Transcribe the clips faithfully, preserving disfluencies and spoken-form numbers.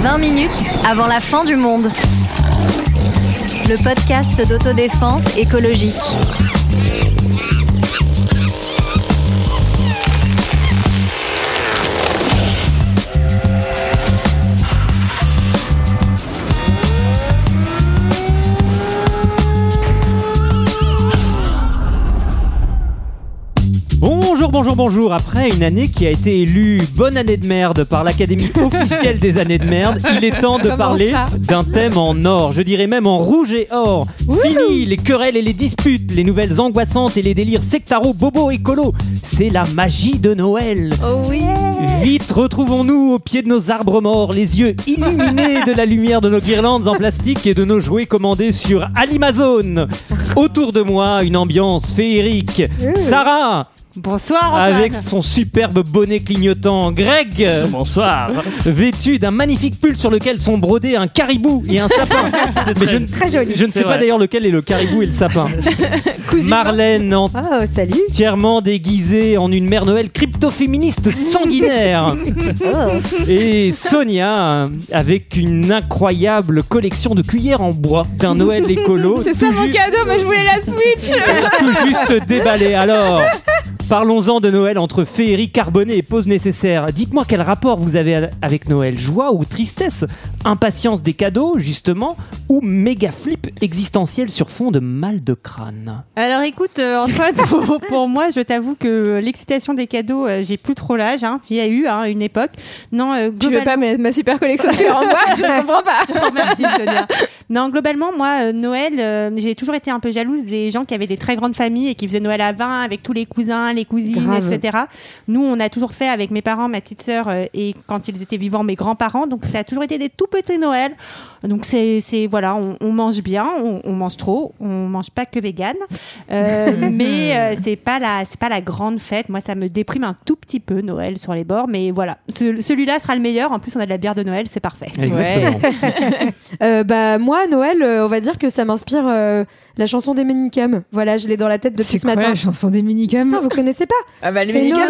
vingt minutes avant la fin du monde. Le podcast d'autodéfense écologique. Bonjour, bonjour, bonjour. Après une année qui a été élue bonne année de merde par l'Académie officielle des années de merde, il est temps de Comment parler ça d'un thème en or, je dirais même en rouge et or. Wouhou. Fini les querelles et les disputes, les nouvelles angoissantes et les délires sectaro, bobo, écolo. C'est la magie de Noël. Oh oui. Vite, retrouvons-nous au pied de nos arbres morts, les yeux illuminés de la lumière de nos guirlandes en plastique et de nos jouets commandés sur Alimazone. Autour de moi, une ambiance féerique. Sarah. Bonsoir Antoine. Avec son superbe bonnet clignotant. Greg. Bonsoir. Vêtu d'un magnifique pull sur lequel sont brodés un caribou et un sapin. C'est Mais très, je, ne- très joli. je ne sais C'est pas vrai. d'ailleurs lequel est le caribou et le sapin. Marlène Oh, salut. entièrement déguisée en une mère Noël crypto-féministe sanguinaire. Oh. Et Sonia avec une incroyable collection de cuillères en bois d'un Noël écolo. C'est ça tout mon ju- cadeau, mais je voulais la Switch. tout juste déballé. Alors, parlons-en de Noël entre féerie carbonée et pause nécessaire. Dites-moi quel rapport vous avez avec Noël, joie ou tristesse, impatience des cadeaux justement, ou méga flip existentiel sur fond de mal de crâne. Alors écoute euh, Antoine, pour, pour moi, je t'avoue que l'excitation des cadeaux, euh, j'ai plus trop l'âge. Hein. Il y a eu hein, une époque. Non, euh, Tu veux pas ma, ma super collection de cuillères en bois? Je ne comprends pas. Non, merci Sonia. Non, globalement, moi, euh, Noël, euh, j'ai toujours été un peu jalouse des gens qui avaient des très grandes familles et qui faisaient Noël à vingt avec tous les cousins, les cousines, Grave. et cetera. Nous, on a toujours fait avec mes parents, ma petite sœur euh, et quand ils étaient vivants, mes grands-parents. Donc, ça a toujours été des tout petits Noël. Donc, c'est, c'est voilà, on, on mange bien, on, on mange trop, on mange pas que vegan. Euh, mais euh, c'est pas la, c'est pas la grande fête. Moi, ça me déprime un tout petit peu Noël sur les bords. Mais voilà, Ce- celui-là sera le meilleur. En plus, on a de la bière de Noël, c'est parfait. Exactement. Euh, bah moi Noël, euh, on va dire que ça m'inspire euh, la chanson des Minicums. Voilà, je l'ai dans la tête depuis C'est ce quoi matin. la chanson des minicums? Putain, vous connaissez pas? Ah bah les C'est minicums,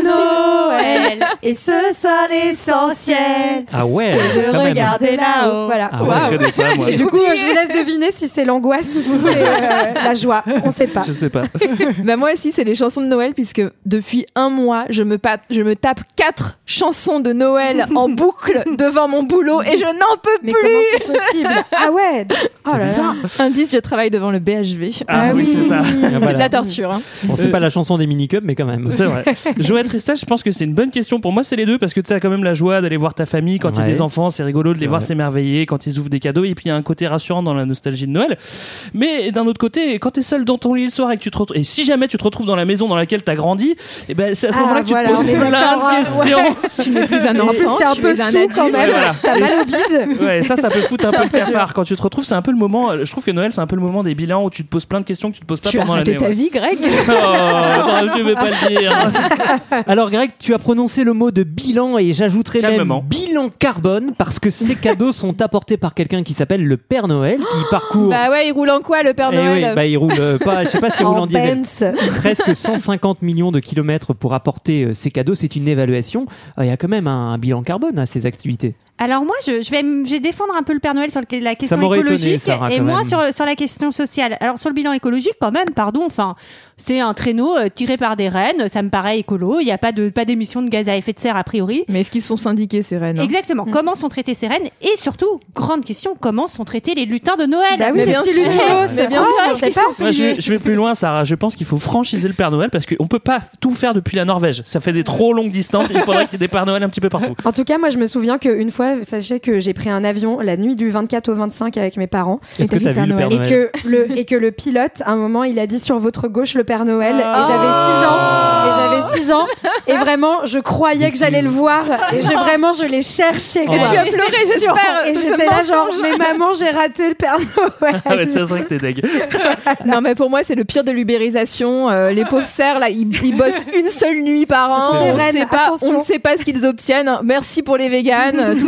Noël. Et ce soir l'essentiel, Ah ouais, c'est de quand même. regarder là-haut. Voilà. Ah Je ouais. ne connais pas, moi. Et du coup, euh, je vous laisse deviner si c'est l'angoisse ou si c'est euh, la joie. On sait pas. Je sais pas. Bah moi aussi c'est les chansons de Noël puisque depuis un mois je me, pa- je me tape quatre chansons de Noël en boucle devant mon boulot et je n'en peux Mais plus. comment c'est possible? Ah ouais. Oh là là. Indice, je travaille devant le B H V. Ah, oui, c'est ça. Ah, C'est de voilà. la torture. Hein. Bon, c'est pas la chanson des minicums, mais quand même. C'est vrai. Joie et tristesse, je pense que c'est une bonne question. Pour moi, c'est les deux parce que tu as quand même la joie d'aller voir ta famille quand il y a Ouais. des enfants. C'est rigolo de C'est les voir vrai. s'émerveiller quand ils ouvrent des cadeaux. Et puis il y a un côté rassurant dans la nostalgie de Noël. Mais d'un autre côté, quand tu es seul dans ton lit le soir et que tu te retrouves, et si jamais tu te retrouves dans la maison dans laquelle tu as grandi, et ben c'est à ce Ah, moment-là que voilà, tu on te est poses plein d'accord, de hein. questions. Tu n'es plus un En plus, enfant, t'es un tu peu es un sous adulte. quand même. Voilà. T'as mal au bide. Ouais, ça, ça peut foutre un C'est peu un le peu dur. cafard. Quand tu te retrouves, c'est un peu le moment. Je trouve que Noël, c'est un peu le moment des bilans où tu te poses plein de questions que tu te poses pas Tu as pendant raté l'année. ta ouais. vie, Greg? Oh, non, je ne vais pas le dire. Alors Greg, tu as prononcé le mot de bilan et j'ajouterais même Calmement. bilan carbone parce que ces cadeaux sont apportés par quelqu'un qui s'appelle le Père Noël qui parcourt. Bah ouais, il roule en quoi le Père Eh Noël? oui, bah il roule euh, pas, je sais pas s'il roule en En diesel. Benz. Presque cent cinquante millions de kilomètres pour apporter euh, ces cadeaux, c'est une évaluation. Euh, Il y a quand même un, un bilan carbone à ces activités. Alors moi, je, je, vais, m- je vais défendre un peu le Père Noël sur le- la question m'aurait étonné, écologique Sarah, et quand moins même. sur, sur la question sociale. Alors sur le bilan écologique, quand même, pardon, enfin, c'est un traîneau euh, tiré par des rennes, ça me paraît écolo, il n'y a pas de pas d'émissions de gaz à effet de serre a priori. Mais est-ce qu'ils sont syndiqués ces rennes? Exactement. Comment sont traitées ces rennes? Et surtout, grande question, comment sont traités les lutins de Noël? Bah oui, Mais les bien petits sûr. lutinos. Mais bien Oh, sûr. on sait pas. Moi, je, je vais plus loin, Sarah. Je pense qu'il faut franchiser le Père Noël parce qu'on peut pas tout faire depuis la Norvège. Ça fait des trop longues distances. Il faudrait qu'il y ait des Pères Noël un petit peu partout. En tout cas, moi, je me souviens qu'une fois, sachez que j'ai pris un avion la nuit du vingt-quatre au vingt-cinq avec mes parents. Est-ce que t'as t'as vu vu le Père Père Et Noël que, le, et que le pilote, à un moment, il a dit sur votre gauche le Père Noël. Ah. Et j'avais six ans. Et j'avais six ans. Et vraiment, je croyais que j'allais le voir. Et je, vraiment, je l'ai cherché. Et quoi. tu as pleuré, j'espère. Et de ce j'étais là, genre, mensonge. mais maman, j'ai raté le Père Noël. Ah ouais, c'est vrai que t'es deg. Non, mais pour moi, c'est le pire de l'ubérisation. Euh, les pauvres serfs, là, ils, ils bossent une seule nuit par Ce an. sont des On, reines, sait pas, attention. on ne sait pas ce qu'ils obtiennent. Merci pour les véganes. Tout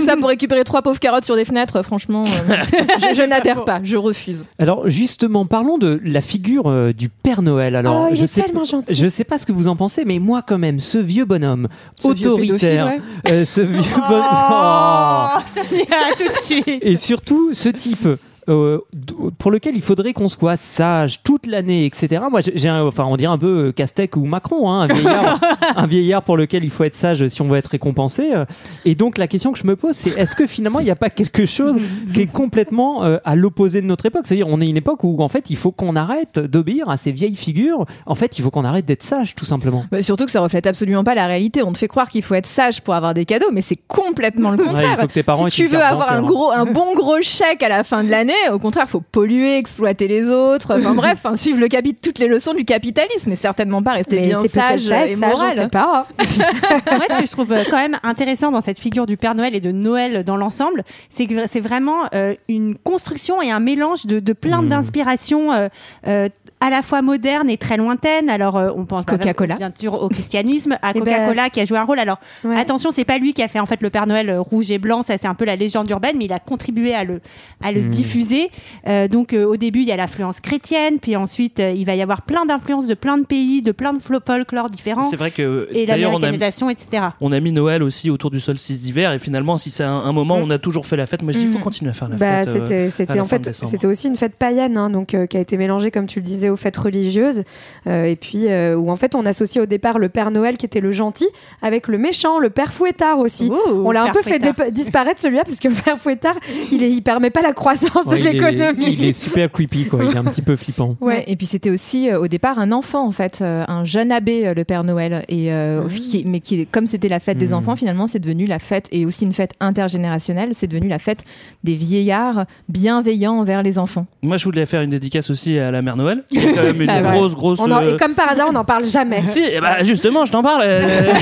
ça pour récupérer trois pauvres carottes sur des fenêtres, franchement, euh, je, je n'adhère pas, je refuse. Alors justement, parlons de la figure euh, du Père Noël. Alors, Oh, il je est sais, tellement gentil. je sais pas ce que vous en pensez, mais moi quand même, ce vieux bonhomme Ce vieux autoritaire, pédophile, euh, ce vieux Oh, bonhomme, ça y est, tout de suite. et surtout ce type. Euh, d- pour lequel il faudrait qu'on soit sage toute l'année, et cetera. Moi, j'ai- j'ai un, enfin, on dirait un peu euh, Castex ou Macron, hein, un vieillard, un vieillard pour lequel il faut être sage si on veut être récompensé. Euh, Et donc, la question que je me pose, c'est est-ce que finalement, il n'y a pas quelque chose qui est complètement euh, à l'opposé de notre époque? C'est-à-dire, on est une époque où, en fait, il faut qu'on arrête d'obéir à ces vieilles figures. En fait, il faut qu'on arrête d'être sage, tout simplement. Bah, surtout que ça reflète absolument pas la réalité. On te fait croire qu'il faut être sage pour avoir des cadeaux, mais c'est complètement le Ouais, contraire. il faut que tes parents aient Si tu une veux carte avoir un bancaire. gros, un bon gros chèque à la fin de l'année, au contraire, faut polluer, exploiter les autres. Enfin bref, enfin, suivre le capi- toutes les leçons du capitalisme, mais certainement pas rester Mais bien c'est peut-être sage ça, et être sage, on moral. sait pas. Moi, ce que je trouve euh, quand même intéressant dans cette figure du Père Noël et de Noël dans l'ensemble, c'est que c'est vraiment euh, une construction et un mélange de, de plein Mmh. d'inspirations euh, euh, à la fois modernes et très lointaines. Alors, euh, on pense Coca-Cola. bien sûr au christianisme, à Eh Coca-Cola qui a joué un rôle. Alors, Ouais. attention, c'est pas lui qui a fait en fait le Père Noël euh, rouge et blanc. Ça, c'est un peu la légende urbaine, mais il a contribué à le à le Mmh. diffuser. Euh, donc, euh, au début, il y a l'influence chrétienne, puis ensuite, euh, il va y avoir plein d'influences de plein de pays, de plein de flo- folklore différents, C'est vrai que et d'ailleurs, on a, l'américanisation, et cetera. on a mis Noël aussi autour du solstice d'hiver et finalement, si c'est un, un moment où Mm. on a toujours fait la fête, moi je dis il faut Mm. continuer à faire la Bah, fête. euh, c'était, à c'était la en fin de fait, décembre. c'était aussi une fête païenne, hein, donc euh, qui a été mélangée, comme tu le disais, aux fêtes religieuses, euh, et puis euh, où en fait on associait au départ le Père Noël qui était le gentil avec le méchant, le Père Fouettard aussi. Ouh, On l'a un Père peu fait Fouettard. dépa- disparaître celui-là parce que le Père Fouettard, il est, il permet pas la croissance Ouais, de il est- l'économie. Il est super creepy, quoi. Il est un petit peu flippant. Ouais, et puis c'était aussi euh, au départ un enfant en fait, euh, un jeune abbé, euh, le Père Noël, et euh, qui- mais qui, comme c'était la fête des Mhm. enfants, finalement c'est devenu la fête et aussi une fête intergénérationnelle, c'est devenu la fête des vieillards bienveillants envers les enfants. Moi je voulais faire une dédicace aussi à la Mère Noël, qui est quand même une Ah ouais. grosse, grosse. On en- euh, et comme par hasard, on n'en parle jamais. Si, eh bah, justement, je t'en parle. Elle,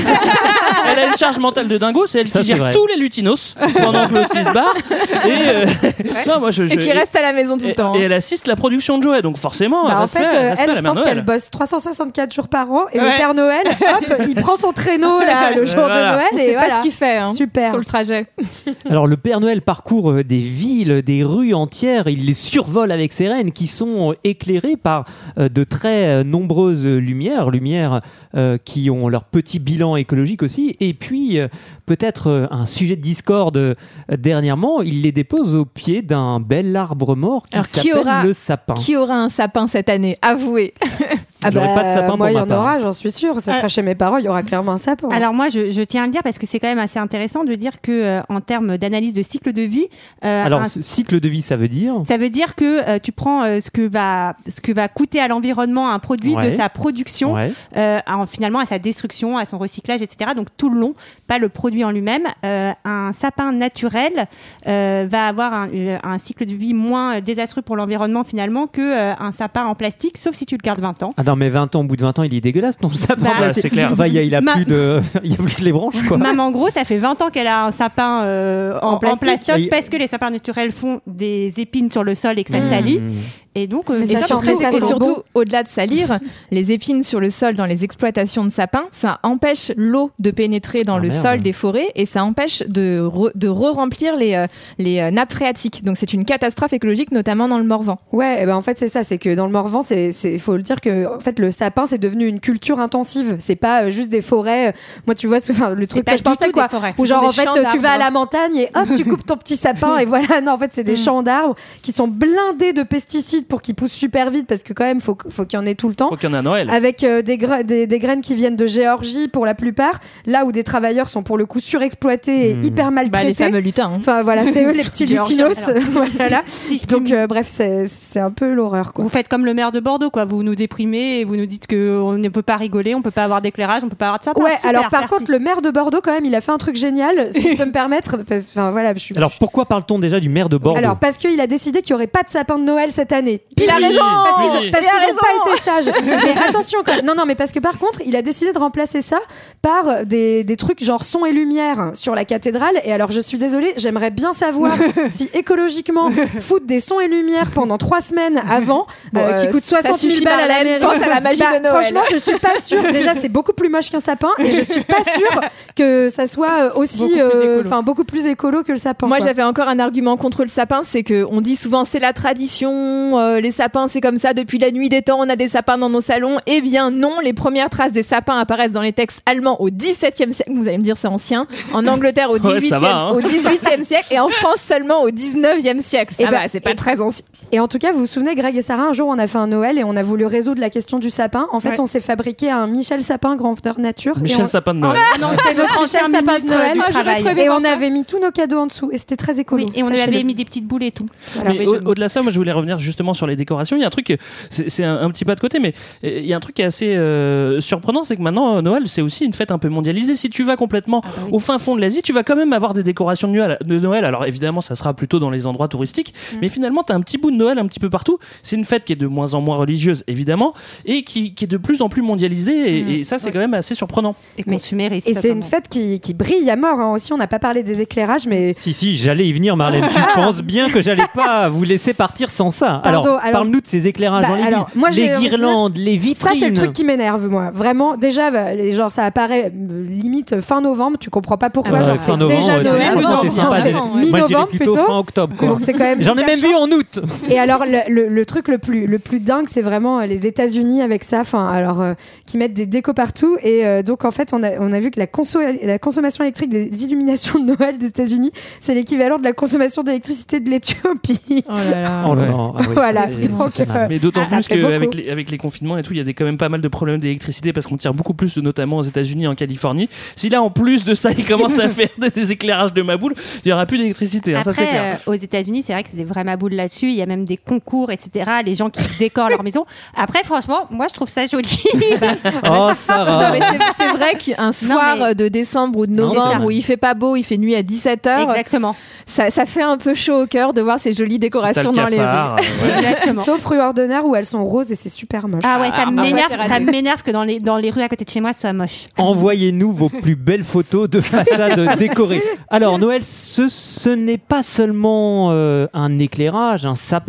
elle a une charge mentale de dingo, c'est elle Ça, qui c'est gère vrai. tous les lutinos pendant que l'autre se barre. Et, euh, non, moi, je, je- Et qui reste à la maison tout et, le temps. et elle assiste la production de jouets, donc forcément, Bah, en respect, fait, euh, respect elle, à je la Mère pense Noël. qu'elle bosse trois cent soixante-quatre jours par an et Ouais. le Père Noël, hop, il prend son traîneau là le jour Voilà. de Noël On et sait pas voilà. ce qu'il fait hein, Super. sur le trajet. Alors le Père Noël parcourt euh, des villes, des rues entières, il les survole avec ses rennes qui sont euh, éclairées par euh, de très euh, nombreuses lumières, lumières euh, qui ont leur petit bilan écologique aussi, et puis euh, peut-être euh, un sujet de discorde euh, dernièrement, il les dépose au pied d'un bel arbre mort qui Alors, qui s'appelle aura- le sapin. Qui aura un sapin cette année? Avouez. Ah J'aurais pas de sapin pour moi, il y ma en part. aura, j'en suis sûre. Ça sera Euh, chez mes parents, il y aura clairement un sapin. Alors moi, je, je tiens à le dire parce que c'est quand même assez intéressant de dire que euh, en termes d'analyse de cycle de vie, euh, Alors un- ce cycle de vie, ça veut dire ça veut dire que euh, tu prends euh, ce que va ce que va coûter à l'environnement un produit Ouais. de sa production, Ouais. euh, à- finalement à sa destruction, à son recyclage, et cetera. Donc tout le long, pas le produit en lui-même. Euh, un sapin naturel euh, va avoir un, euh, un cycle de vie moins désastreux pour l'environnement finalement que euh, un sapin en plastique, sauf si tu le gardes vingt ans. Ah non, mais vingt ans, au bout de vingt ans, il est dégueulasse, non, le sapin. Bah, Bah, c'est clair. Enfin, il y a, il a Ma- plus de, il y a plus que les branches, quoi. Même en gros, ça fait vingt ans qu'elle a un sapin euh, en, En en plastique. plastoc Et- parce que les sapins naturels font des épines sur le sol et que ça Mmh. salit. Mmh. Et donc, euh, Mais Et ça ça, sent- surtout, ça et sent surtout bon. au-delà de salir, les épines sur le sol dans les exploitations de sapins, ça empêche l'eau de pénétrer dans Ah, le merde. sol des forêts et ça empêche de, re- de re-remplir les, euh, les euh, nappes phréatiques. Donc c'est une catastrophe écologique, notamment dans le Morvan. Ouais, et ben en fait c'est ça, c'est que dans le Morvan, c'est, c'est, faut le dire que en fait le sapin c'est devenu une culture intensive. C'est pas euh, juste des forêts. Moi, tu vois, enfin, le truc pas que je du pensais tout quoi, des forêts. où Ce genre sont en des fait champs tu vas à d'arbres. la montagne et hop tu coupes ton petit sapin et voilà. Non, en fait c'est des champs d'arbres qui sont blindés de pesticides pour qu'ils poussent super vite parce que quand même faut faut qu'il y en ait tout le temps. Faut qu'il y en ait à Noël. Avec euh, des, gra- des, des graines qui viennent de Géorgie pour la plupart, là où des travailleurs sont pour le coup surexploités et Mmh. hyper Bah, les maltraités. fameux lutins. hein. Enfin voilà, c'est eux les petits Géorgiens, lutinos. alors. voilà. si je Donc puis- euh, bref, c'est, c'est un peu l'horreur quoi. vous faites comme le maire de Bordeaux, quoi. Vous nous déprimez et vous nous dites qu'on ne peut pas rigoler, on peut pas avoir d'éclairage, on peut pas avoir de sapin. Ouais, Super, alors par merci. contre, le maire de Bordeaux, quand même, il a fait un truc génial, si je peux me permettre. Parce, enfin, voilà, je suis. Alors pourquoi parle-t-on déjà du maire de Bordeaux? Alors, parce qu'il a décidé qu'il n'y aurait pas de sapin de Noël cette année. mais Il a raison. parce qu'ils Oui. ont, parce Il a qu'ils ont pas raison. été sages. Mais attention, quand... non, non, mais parce que par contre, il a décidé de remplacer ça par des, des trucs genre son et lumière sur la cathédrale. Et alors, je suis désolée, j'aimerais bien savoir si écologiquement foutre des sons et lumières pendant trois semaines avant, Bon, euh, qui euh, coûte ça soixante mille suffit, balles à la Marlène, mairie. pense à la magie Bah, de Noël. Franchement, je suis pas sûre. Déjà, c'est beaucoup plus moche qu'un sapin, et je suis pas sûre que ça soit euh, aussi, Beaucoup plus euh, écolo. enfin, beaucoup plus écolo que le sapin. Moi, quoi. j'avais encore un argument contre le sapin, c'est que on dit souvent c'est la tradition, euh, les sapins c'est comme ça depuis la nuit des temps, on a des sapins dans nos salons. Eh bien non, les premières traces des sapins apparaissent dans les textes allemands au dix-septième siècle. Vous allez me dire c'est ancien. En Angleterre au Ouais, ça dix-huitième, va, hein. au dix-huitième siècle et en France seulement au dix-neuvième siècle. Ça Eh ben, va, c'est pas et- très ancien. Et en tout cas, vous vous souvenez, Greg et Sarah, un jour, on a fait un Noël et on a voulu résoudre la question du sapin. En fait, Ouais. on s'est fabriqué un Michel Sapin grandeur nature. Michel et on... Sapin de Noël. Non, c'était notre Michel ancien Sapin de ministre Noël. du Moi, j'aurais Travail. trouvé Et voir on ça. avait mis tous nos cadeaux en dessous et c'était très écolo. Oui, et on lui sachez-le. avait mis des petites boules et tout. Voilà. Mais Oui, au- je- au-delà de ça, moi je voulais revenir justement sur les décorations. Il y a un truc, c'est, c'est un, un petit pas de côté, mais euh, il y a un truc qui est assez euh, surprenant, c'est que maintenant euh, Noël c'est aussi une fête un peu mondialisée. Si tu vas complètement Ah bah oui. au fin fond de l'Asie, tu vas quand même avoir des décorations de Noël. De Noël. Alors évidemment, ça sera plutôt dans les endroits touristiques, Mm. mais finalement t'as un petit bout de Noël un petit peu partout. C'est une fête qui est de moins en moins religieuse, évidemment, et qui, qui est de plus en plus mondialisée. Et, Mm. et ça, c'est quand même assez surprenant. Et Mais- consumériste. Et c'est une totalement. fête qui, qui brille à mort. Hein. Aussi, on n'a pas parlé des éclairages, mais Si, si, j'allais y venir, Marlène. Tu penses bien que j'allais pas vous laisser partir sans ça. Pardon, alors, alors- parle-nous de ces éclairages Bah, dans les alors, villes. moi, j'ai les envie de guirlandes, les ça, vitrines. c'est le truc qui m'énerve, moi. Vraiment, déjà, bah, les- genre, ça apparaît euh, limite fin novembre. Tu comprends pas pourquoi. Ah, genre, Euh, c'est fin novembre, déjà ouais, Noël. t'es- Novembre, t'es sympa, ouais. j'ai- Ouais. Moi, je dirais Mi-novembre, plutôt plutôt. fin octobre. quoi. Donc c'est quand même. J'en ai hyper même vu chaud. en août. Et alors le, le, le truc le plus le plus dingue, c'est vraiment euh, les États-Unis avec ça. Enfin, alors euh, qui mettent des décos partout. Et euh, donc en fait, on a on a vu que la conso la consommation électrique des illuminations de Noël des États-Unis, c'est l'équivalent de la consommation d'électricité de l'Éthiopie. Oh là là. Oh là Ouais. là. Ah oui, Voilà, ça fait- donc, ça fait mal. euh, Mais d'autant Ah, ça plus fait beaucoup. qu'avec les, avec les confinements et tout, il y a des, quand même pas mal de problèmes d'électricité parce qu'on tire beaucoup plus, notamment aux États-Unis, en Californie. Si là, en plus de ça, ils commencent à faire des, des éclairages de ma boule, il y aura plus d'électricité. Hein, ça c'est Après, clair. euh, aux États-Unis, c'est vrai que c'est des vraies maboules là-dessus. Il y a même des concours, et cetera. Les gens qui décorent leur maison. Après, franchement, moi, je trouve ça joli. Oh, Non, Sarah. mais c'est, c'est vrai qu'un soir mais- de décembre ou de Non, c'est novembre vrai. où il fait pas beau, il fait nuit à dix-sept heures, Exactement. ça, ça fait un peu chaud au cœur de voir ces jolies Si t'as décorations le dans les rues. cafard, euh, ouais. Exactement. Sauf rue Ordonnaire où elles sont roses et c'est super moche. Ah ouais, ça Ah, m'énerve, ouais, c'est ça raté. m'énerve que dans les, dans les rues à côté de chez moi, ce soit moche. Envoyez-nous vos plus belles photos de façades décorées. Alors Noël, ce, ce n'est pas seulement euh, un éclairage, un sapin.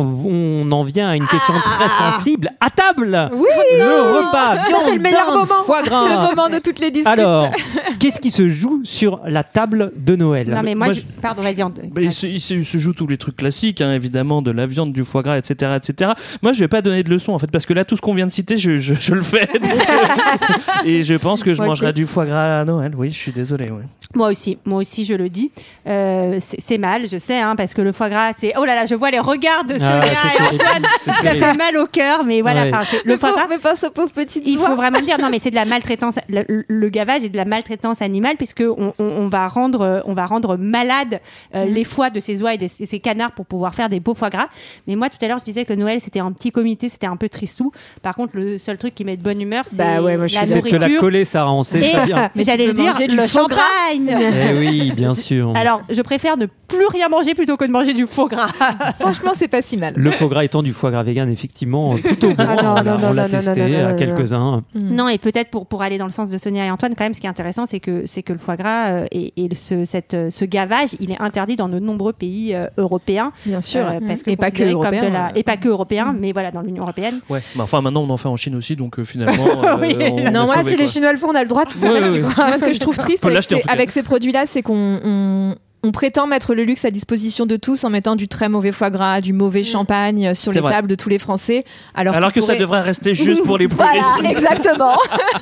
On en vient à une question très sensible. À table, Oui, le repas, viande, c'est le meilleur dinde, moment. foie Le gras. moment de toutes les disputes. Alors, qu'est-ce qui se joue sur la table de Noël? Non, mais moi, moi, je... pardon, vas-y. on- Bah, il, se, il se- il se joue tous les trucs classiques, hein, évidemment, de la viande, du foie gras, et cetera, et cetera. Moi, je vais pas donner de leçons, en fait, parce que là, tout ce qu'on vient de citer, je, je, je le fais. Donc, euh, et je pense que je Moi mangerai aussi. du foie gras à Noël. Oui, je suis désolé. Ouais. Moi aussi, moi aussi, je le dis. Euh, c'est c'est mal, je sais, hein, parce que le foie gras, c'est. Oh là là, je vois les regards de Ah, Sonia c'est et terrible. Antoine. C'est Ça terrible. fait mal au cœur, mais voilà. Ouais. enfin, c'est- le Le foie pauvre, gras. mais pas ce pauvre petite Il voix. faut vraiment le dire, non mais c'est de la maltraitance, le, le gavage est de la maltraitance animale puisque on, on, on va rendre, euh, on va rendre malade euh, les foies de ces oies et de ces, ces canards pour pouvoir faire des beaux foie gras. Mais moi tout à l'heure je disais que Noël c'était un petit comité, c'était un peu tristou. Par contre le seul truc qui met de bonne humeur c'est Bah ouais, moi, je la suis C'est de te la nourriture. coller, Sarah, on sait Et très bien. Mais tu j'allais peux le dire, manger du le foie gras. champagne. Eh oui, bien sûr. Alors je préfère ne plus rien manger plutôt que de manger du foie gras. Franchement, c'est pas si mal. Le foie gras étant du foie gras vegan, effectivement, plutôt bon. Ah non, on l'a- non, on non, l'a non, non, testé non, non, à non, quelques-uns. Non, et peut-être pour, pour aller dans le sens de Sonia et Antoine, quand même, ce qui est intéressant, c'est que, c'est que le foie gras euh, et, et ce, cette, euh, ce gavage, il est interdit dans de nombreux pays euh, européens. Bien sûr. Euh, parce que Et pas que considéré comme européen. de la- et pas que européens, mais voilà, dans l'Union européenne. Ouais. Bah, enfin, maintenant, on en fait en Chine aussi, donc euh, finalement. euh, Oui. on- on Non, est moi, Ah, sauvé, si les quoi. Chinois le font, on a le droit. Tout ça, Ouais, ouais, tu ouais. crois. Moi, ce que je trouve triste Faut avec l'acheter, en ces, tout cas. avec ces produits-là, c'est qu'on on, on prétend mettre le luxe à disposition de tous en mettant du très mauvais foie gras, du mauvais champagne sur C'est les vrai. tables de tous les Français. Alors, Alors que qu'ils ça pourraient- devrait rester juste pour les plus Voilà, riches. exactement.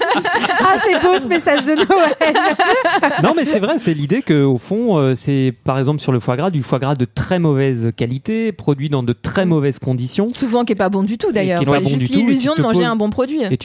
Ah, c'est beau ce message de Noël. Non, mais c'est vrai, c'est l'idée que au fond, euh, c'est par exemple sur le foie gras, du foie gras de très mauvaise qualité, produit dans de très mauvaises conditions. Souvent qui est pas bon du tout d'ailleurs. qui est pas C'est bon juste du tout, et l'illusion qui de te manger pose- un bon produit. Et tu, C'est vrai.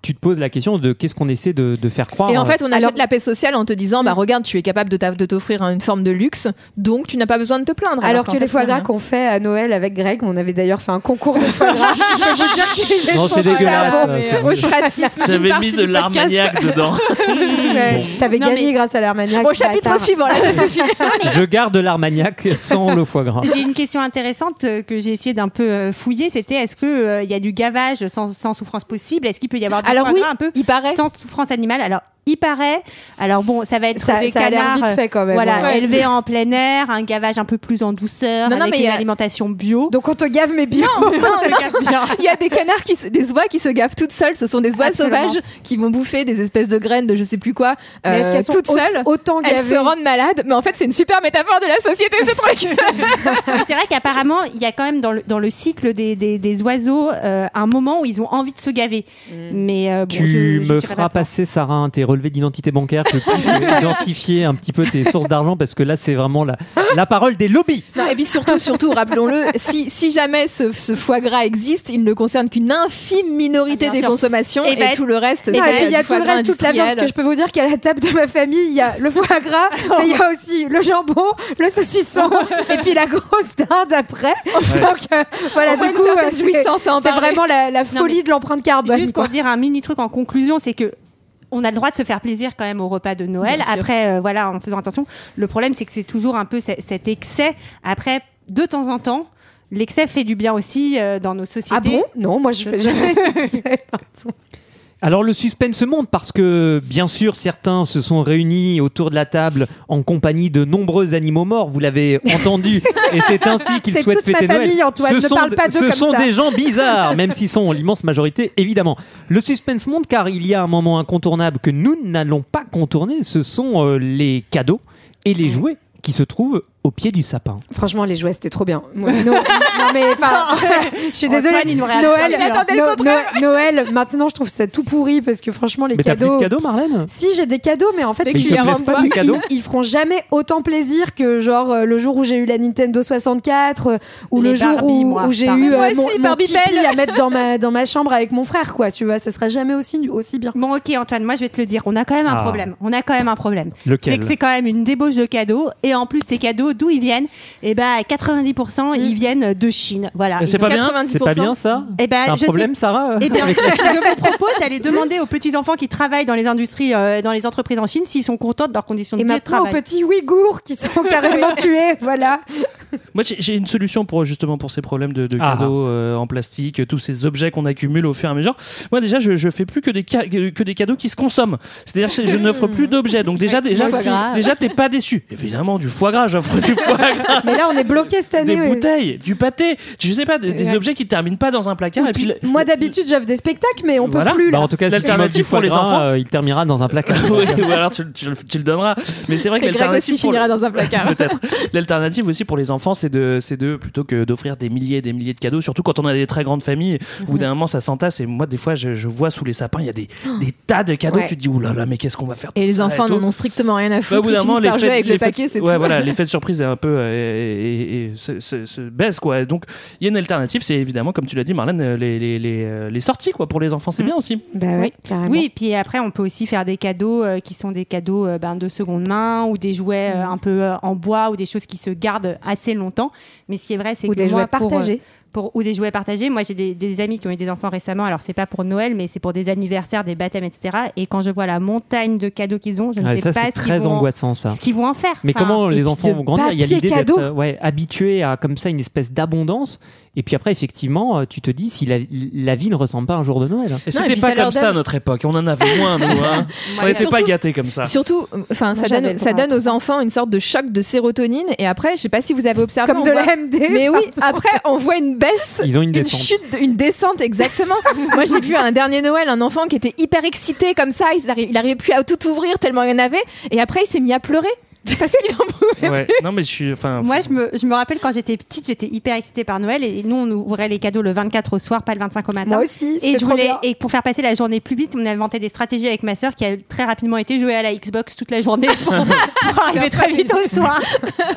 tu te poses la question de qu'est-ce qu'on essaie de, de faire croire. Et en fait, on achète Alors- la paix sociale en te disant, bah regarde, tu es capable de, t'a- de t'offrir une forme de luxe, donc tu n'as pas besoin de te plaindre. Alors qu'en que fait, les foie c'est gras rien. qu'on fait à Noël avec Greg, on avait d'ailleurs fait un concours de foie gras. Je peux vous dire qu'ils Non, sont c'est super dégueulasse, bons. ça, Mais, c'est euh, ostracisme d'une J'avais partie mis du de podcast. l'Armagnac dedans. Ouais, T'avais Non, gagné mais- grâce à l'Armagnac. Au chapitre bâtard. suivant, là, ça suffit. Je garde l'Armagnac sans le foie gras. J'ai une question intéressante euh, que j'ai essayé d'un peu euh, fouiller. C'était est-ce que euh, il y a du gavage sans, sans souffrance possible? Est-ce qu'il peut y avoir du Alors foie oui, gras un peu il paraît. sans souffrance animale? Alors il paraît. Alors bon, ça va être Ça, des ça a l'air canards, vite fait quand même. voilà, ouais. élevés en plein air, un gavage un peu plus en douceur, Non, non, avec mais une il y a- alimentation bio. Donc on te gave mais bien. Non, non. Il y a des canards qui se- des oies qui se gavent toutes seules. Ce sont des oies Absolument. sauvages qui vont bouffer des espèces de graines de je sais plus quoi, Mais est-ce euh, qu'elles sont toutes aussi- seules. autant Elles gavées se rendent malades, mais en fait c'est une super métaphore de la société ce truc. Mais c'est vrai qu'apparemment, il y a quand même dans le, dans le cycle des, des, des oiseaux euh, un moment où ils ont envie de se gaver. Mais euh, bon, Tu je- je me dirais feras pas. passer, Sarah, tes relevés d'identité bancaire, que tu puisses identifier un petit peu tes sources d'argent, parce que là, c'est vraiment la, la parole des lobbies. Non, et puis surtout, surtout, rappelons-le, si, si jamais ce, ce foie gras existe, il ne concerne qu'une infime minorité Ah, bien des sûr. consommations Et et, bah, tout le reste. Et c'est puis, il y du a tout foie le gras reste, toute la viande, parce que je peux vous dire qu'à la table de ma famille, il y a le foie gras, mais il y a aussi le jambon, le saucisson, et puis la grosse dinde après. Donc euh, voilà, On voit du une coup, certaine euh, c'est jouissance à en c'est parler. vraiment la, la folie mais de l'empreinte carbone. Juste quoi. pour dire un mini truc en conclusion, c'est que on a le droit de se faire plaisir quand même au repas de Noël. Bien sûr. Après, euh, voilà, en faisant attention. Le problème, c'est que c'est toujours un peu ce- cet excès. Après, de temps en temps, l'excès fait du bien aussi euh, dans nos sociétés. Ah bon? Non, moi je fais jamais. Pardon. Alors le suspense monte parce que bien sûr certains se sont réunis autour de la table en compagnie de nombreux animaux morts, vous l'avez entendu, et c'est ainsi qu'ils C'est souhaitent toute ma fêter Noël. famille, Antoine, Ce ne sont parle d- pas d'eux Ce comme sont ça. des gens bizarres, même s'ils sont l'immense majorité évidemment. Le suspense monte car il y a un moment incontournable que nous n'allons pas contourner, ce sont euh, les cadeaux et les jouets qui se trouvent au pied du sapin. Franchement, les jouets, c'était trop bien. Moi, no- non, mais enfin, je suis désolée. Antoine, il nous réagit Noël, pas bien. Il attendait le No- contrôle. No- Noël, maintenant, je trouve ça tout pourri parce que franchement, les Mais t'as plus cadeaux. de cadeaux, Marlène? Si, j'ai des cadeaux, mais en fait, Des Mais ils te cuillères en plaisent pas bois. tes cadeaux? ils, ils feront jamais autant plaisir que genre euh, le jour où j'ai eu la Nintendo soixante-quatre euh, ou Les le jour Barbie, où, moi. où j'ai Barbie. eu Moi euh, mon, aussi, mon Barbie Tipeee Belle. à mettre dans ma dans ma chambre avec mon frère, quoi. Tu vois, ça sera jamais aussi aussi bien. Bon, ok, Antoine, moi je vais te le dire. On a quand même un Ah. problème. On a quand même un problème. Lequel? C'est que c'est quand même une débauche de cadeaux. Et en plus, ces cadeaux, d'où ils viennent? Eh ben, à quatre-vingt-dix pour cent, ils viennent de Chine. Voilà. Et c'est Ils pas ont- bien quatre-vingt-dix C'est pour pas cent. bien ça? Eh ben, T'as un je sais- problème, Sarah? Eh bien, je vous propose d'aller demander aux petits enfants qui travaillent dans les industries, euh, dans les entreprises en Chine, s'ils sont contents de leurs conditions de Et vie et de maintenant, aux travail. petits Ouïghours qui sont carrément tués, voilà. Moi, j'ai j'ai une solution pour justement pour ces problèmes de, de Ah. cadeaux euh, en plastique, tous ces objets qu'on accumule au fur et à mesure. Moi, déjà, je, je fais plus que des ca- que des cadeaux qui se consomment. C'est-à-dire que je n'offre plus d'objets. Donc déjà, déjà, foie si- gras. déjà, t'es pas déçu. Évidemment, du foie gras, j'offre du foie gras. Mais là, on est bloqué cette année. Des ouais. bouteilles, du pâté, je sais pas, des, des Ouais. objets qui terminent pas dans un placard. Et puis, le- Moi, d'habitude, j'offre des spectacles, mais on Voilà. peut plus Bah, là. en tout cas, si tu m'as dit L'alternative foie pour les gras, enfants. euh, il terminera dans un placard. Oui, ou alors tu, tu le- tu le donneras. Mais c'est vrai que Et Greg l'alternative aussi pour finira dans un placard. peut-être. L'alternative aussi pour les enfants, c'est de, c'est de plutôt que d'offrir des milliers et des milliers de cadeaux, surtout quand on a des très grandes familles, au bout d'un moment ça s'entasse. Et moi, des fois, je, je vois sous les sapins, il y a des, des tas de cadeaux. Ouais. Tu te dis, oulala, là là, mais qu'est-ce qu'on va faire Et de les ça enfants tout n'en ont strictement rien à Bah, foutre. au bout Ils d'un moment, finissent par jouer avec le l'effet de- paquet, c'est ouais, tout. voilà, l'effet de surprise est un peu euh, et, et- et se, se- se baisse quoi. Donc il y a une alternative, c'est évidemment comme tu l'as dit, Marlène, euh, les, les, les, euh, les sorties quoi pour les enfants, c'est bien aussi. Bah ouais, Oui. carrément. Oui, puis après, on peut aussi faire des cadeaux euh, qui sont des cadeaux euh, ben, de seconde main ou des jouets euh, un peu euh, en bois ou des choses qui se gardent assez longtemps. Mais ce qui est vrai, c'est Ou que des moi, jouets pour, euh, partagés. pour- ou des jouets partagés. Moi, j'ai des, des amis qui ont eu des enfants récemment. Alors, c'est pas pour Noël, mais c'est pour des anniversaires, des baptêmes, et cetera. Et quand je vois la montagne de cadeaux qu'ils ont, je ne Ouais, sais ça, pas c'est ce qu'ils très vont, angoissant ça. ce qu'ils vont en faire. Mais Enfin, comment et les puis enfants de vont grandir? Il y a papier l'idée d'être cadeau. euh, ouais, habitué à comme ça une espèce d'abondance. Et puis après, effectivement, euh, tu te dis si la, la vie ne ressemble pas à un jour de Noël. Et Non, et c'était puis pas ça leur comme ça à donne- notre époque. On en avait moins nous. Hein. on n'était surtout- pas gâtés comme ça. Surtout, enfin, ça j'avais donne, le ça droit. donne aux enfants une sorte de choc de sérotonine. Et après, je sais pas si vous avez observé, Comme on de voit- la M D. Mais oui, pardon. après, on voit une baisse. Ils ont une Une descente. chute, une descente, exactement. Moi, j'ai vu un dernier Noël, un enfant qui était hyper excité comme ça. Il arrivait, il arrivait plus à tout ouvrir tellement il y en avait. Et après, il s'est mis à pleurer parce qu'il en pouvait Ouais. Non mais je suis, enfin. Moi, je me, je me rappelle quand j'étais petite, j'étais hyper excitée par Noël et nous, on ouvrait les cadeaux le vingt-quatre au soir, pas le vingt-cinq au matin. Moi aussi, Et c'est je trop voulais, bien. et pour faire passer la journée plus vite, on a inventé des stratégies avec ma sœur qui a très rapidement été jouer à la Xbox toute la journée pour, pour arriver très vite au soir.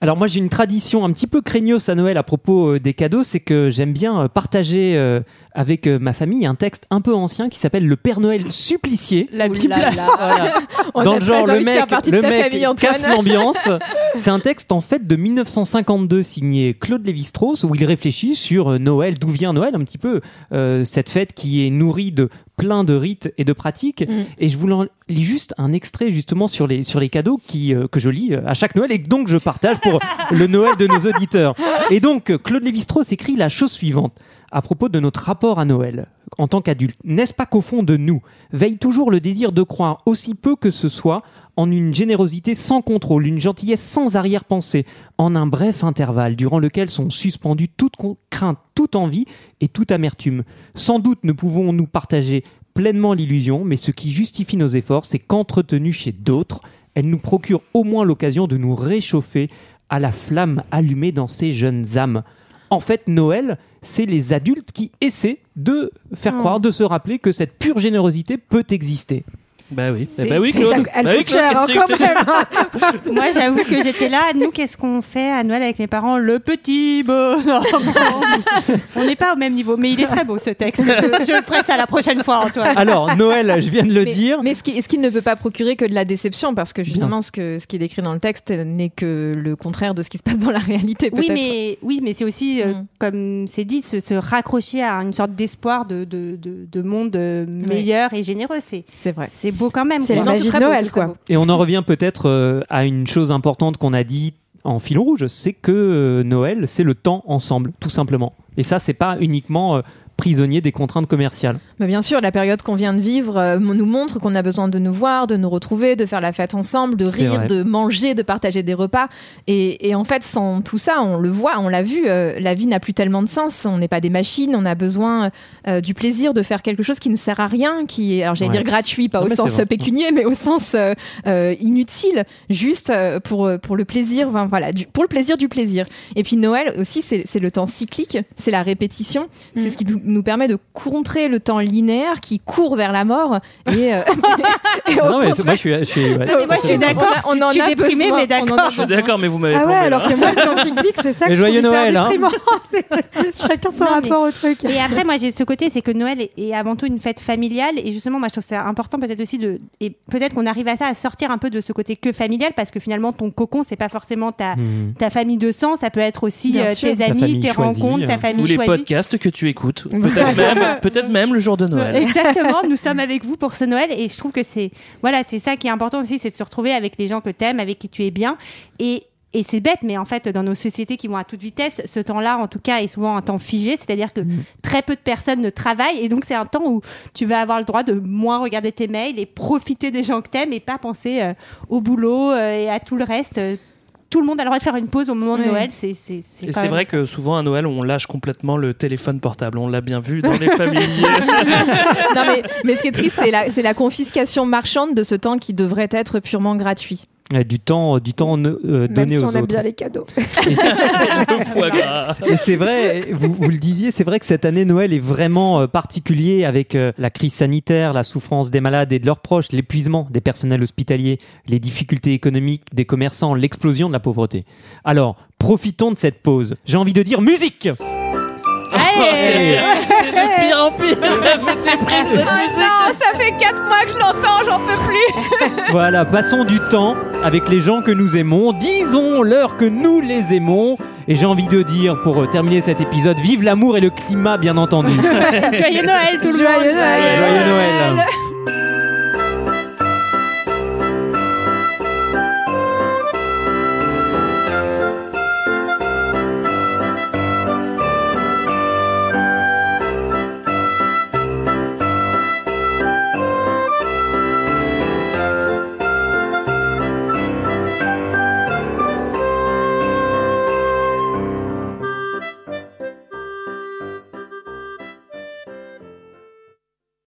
Alors moi j'ai une tradition un petit peu craignos à Noël à propos euh, des cadeaux, c'est que j'aime bien euh, partager euh, avec euh, ma famille un texte un peu ancien qui s'appelle Le Père Noël supplicié. La Bible. Voilà. Dans le genre le mec, le mec famille, casse l'ambiance. C'est un texte en fait de dix-neuf cent cinquante-deux signé Claude Lévi-Strauss où il réfléchit sur euh, Noël, d'où vient Noël un petit peu, euh, cette fête qui est nourrie de plein de rites et de pratiques. Mmh. Et je vous en lis juste un extrait justement sur les, sur les cadeaux qui, euh, que je lis à chaque Noël et que donc je partage pour le Noël de nos auditeurs. Et donc, Claude Lévi-Strauss écrit la chose suivante à propos de notre rapport à Noël en tant qu'adulte. N'est-ce pas qu'au fond de nous veille toujours le désir de croire aussi peu que ce soit en une générosité sans contrôle, une gentillesse sans arrière-pensée, en un bref intervalle durant lequel sont suspendues toute crainte, toute envie et toute amertume. Sans doute ne pouvons-nous partager pleinement l'illusion, mais ce qui justifie nos efforts, c'est qu'entretenue chez d'autres, elle nous procure au moins l'occasion de nous réchauffer à la flamme allumée dans ces jeunes âmes. En fait, Noël, c'est les adultes qui essaient de faire mmh. croire, de se rappeler que cette pure générosité peut exister. Bah oui, eh bah oui, Claude. Ça, elle bah coûte oui, Claude, cher, hein, quand même. Moi, j'avoue que j'étais là. Nous, qu'est-ce qu'on fait à Noël avec mes parents? Le petit bonheur. On n'est pas au même niveau, mais il est très beau ce texte. Je le ferai ça la prochaine fois, Antoine. Alors, Noël, je viens de le mais, dire. Mais ce qui, ce qui ne peut pas procurer que de la déception, parce que justement, ce, que, ce qui est décrit dans le texte n'est que le contraire de ce qui se passe dans la réalité, peut-être. Oui, mais, oui, mais c'est aussi, euh, mm. comme c'est dit, se, se raccrocher à une sorte d'espoir de, de, de, de monde meilleur oui. et généreux. C'est, c'est vrai. C'est beau quand même. C'est la magie de Noël, quoi. Et on en revient peut-être euh, à une chose importante qu'on a dit en fil rouge, c'est que euh, Noël, c'est le temps ensemble, tout simplement. Et ça, c'est pas uniquement... Euh, prisonniers des contraintes commerciales. Mais bien sûr, la période qu'on vient de vivre euh, nous montre qu'on a besoin de nous voir, de nous retrouver, de faire la fête ensemble, de rire, de manger, de partager des repas. Et, et en fait, sans tout ça, on le voit, on l'a vu, euh, la vie n'a plus tellement de sens. On n'est pas des machines, on a besoin euh, du plaisir de faire quelque chose qui ne sert à rien, qui est, alors j'allais ouais. dire gratuit, pas non, au sens pécunier, mais au sens euh, euh, inutile, juste euh, pour, pour le plaisir, enfin, voilà, du, pour le plaisir du plaisir. Et puis Noël aussi, c'est, c'est le temps cyclique, c'est la répétition, mmh. c'est ce qui nous permet de contrer le temps linéaire qui court vers la mort et, euh, et non mais moi je suis, je suis, ouais, non, mais moi je suis d'accord, on, a, on en je suis déprimée besoin, mais d'accord. Je suis d'accord mais vous m'avez ah plombé, ouais alors là. que moi le temps cyclique c'est ça mais que joyeux je trouve Noël, hyper hein. déprimant. Chacun son non, rapport mais, au truc. Et après moi j'ai ce côté, c'est que Noël est, est avant tout une fête familiale et justement moi je trouve ça important peut-être aussi de, et peut-être qu'on arrive à ça, à sortir un peu de ce côté que familial, parce que finalement ton cocon c'est pas forcément ta, mmh. ta famille de sang, ça peut être aussi euh, tes amis, tes choisie, rencontres, hein. ta famille ou les choisie. podcasts que tu écoutes, peut-être même peut-être même le jour de Noël. Exactement, nous sommes avec vous pour ce Noël et je trouve que c'est voilà, c'est ça qui est important aussi, c'est de se retrouver avec les gens que t'aimes, avec qui tu es bien. Et Et c'est bête, mais en fait, dans nos sociétés qui vont à toute vitesse, ce temps-là, en tout cas, est souvent un temps figé, c'est-à-dire que mmh. très peu de personnes ne travaillent, et donc c'est un temps où tu vas avoir le droit de moins regarder tes mails et profiter des gens que t'aimes et pas penser euh, au boulot euh, et à tout le reste. Tout le monde a le droit de faire une pause au moment de oui. Noël. C'est, c'est, c'est et c'est même... vrai que souvent à Noël, on lâche complètement le téléphone portable. On l'a bien vu dans les familles. non, mais, mais ce qui est triste, c'est la, c'est la confiscation marchande de ce temps qui devrait être purement gratuit. Du temps, du temps euh, donné si aux autres. Même si on aime bien les cadeaux. Le foie gras. Et c'est vrai, vous, vous le disiez, c'est vrai que cette année Noël est vraiment euh, particulier avec euh, la crise sanitaire, la souffrance des malades et de leurs proches, l'épuisement des personnels hospitaliers, les difficultés économiques des commerçants, l'explosion de la pauvreté. Alors, profitons de cette pause. J'ai envie de dire musique. Hey c'est de pire en pire. Mettez prime cette oh musique. Non, ça fait quatre mois que je l'entends, j'en peux plus. Voilà, passons du temps avec les gens que nous aimons. Disons-leur que nous les aimons. Et j'ai envie de dire, pour terminer cet épisode, vive l'amour et le climat, bien entendu. Joyeux Noël tout le monde. Joyeux Noël. Joyeux Noël.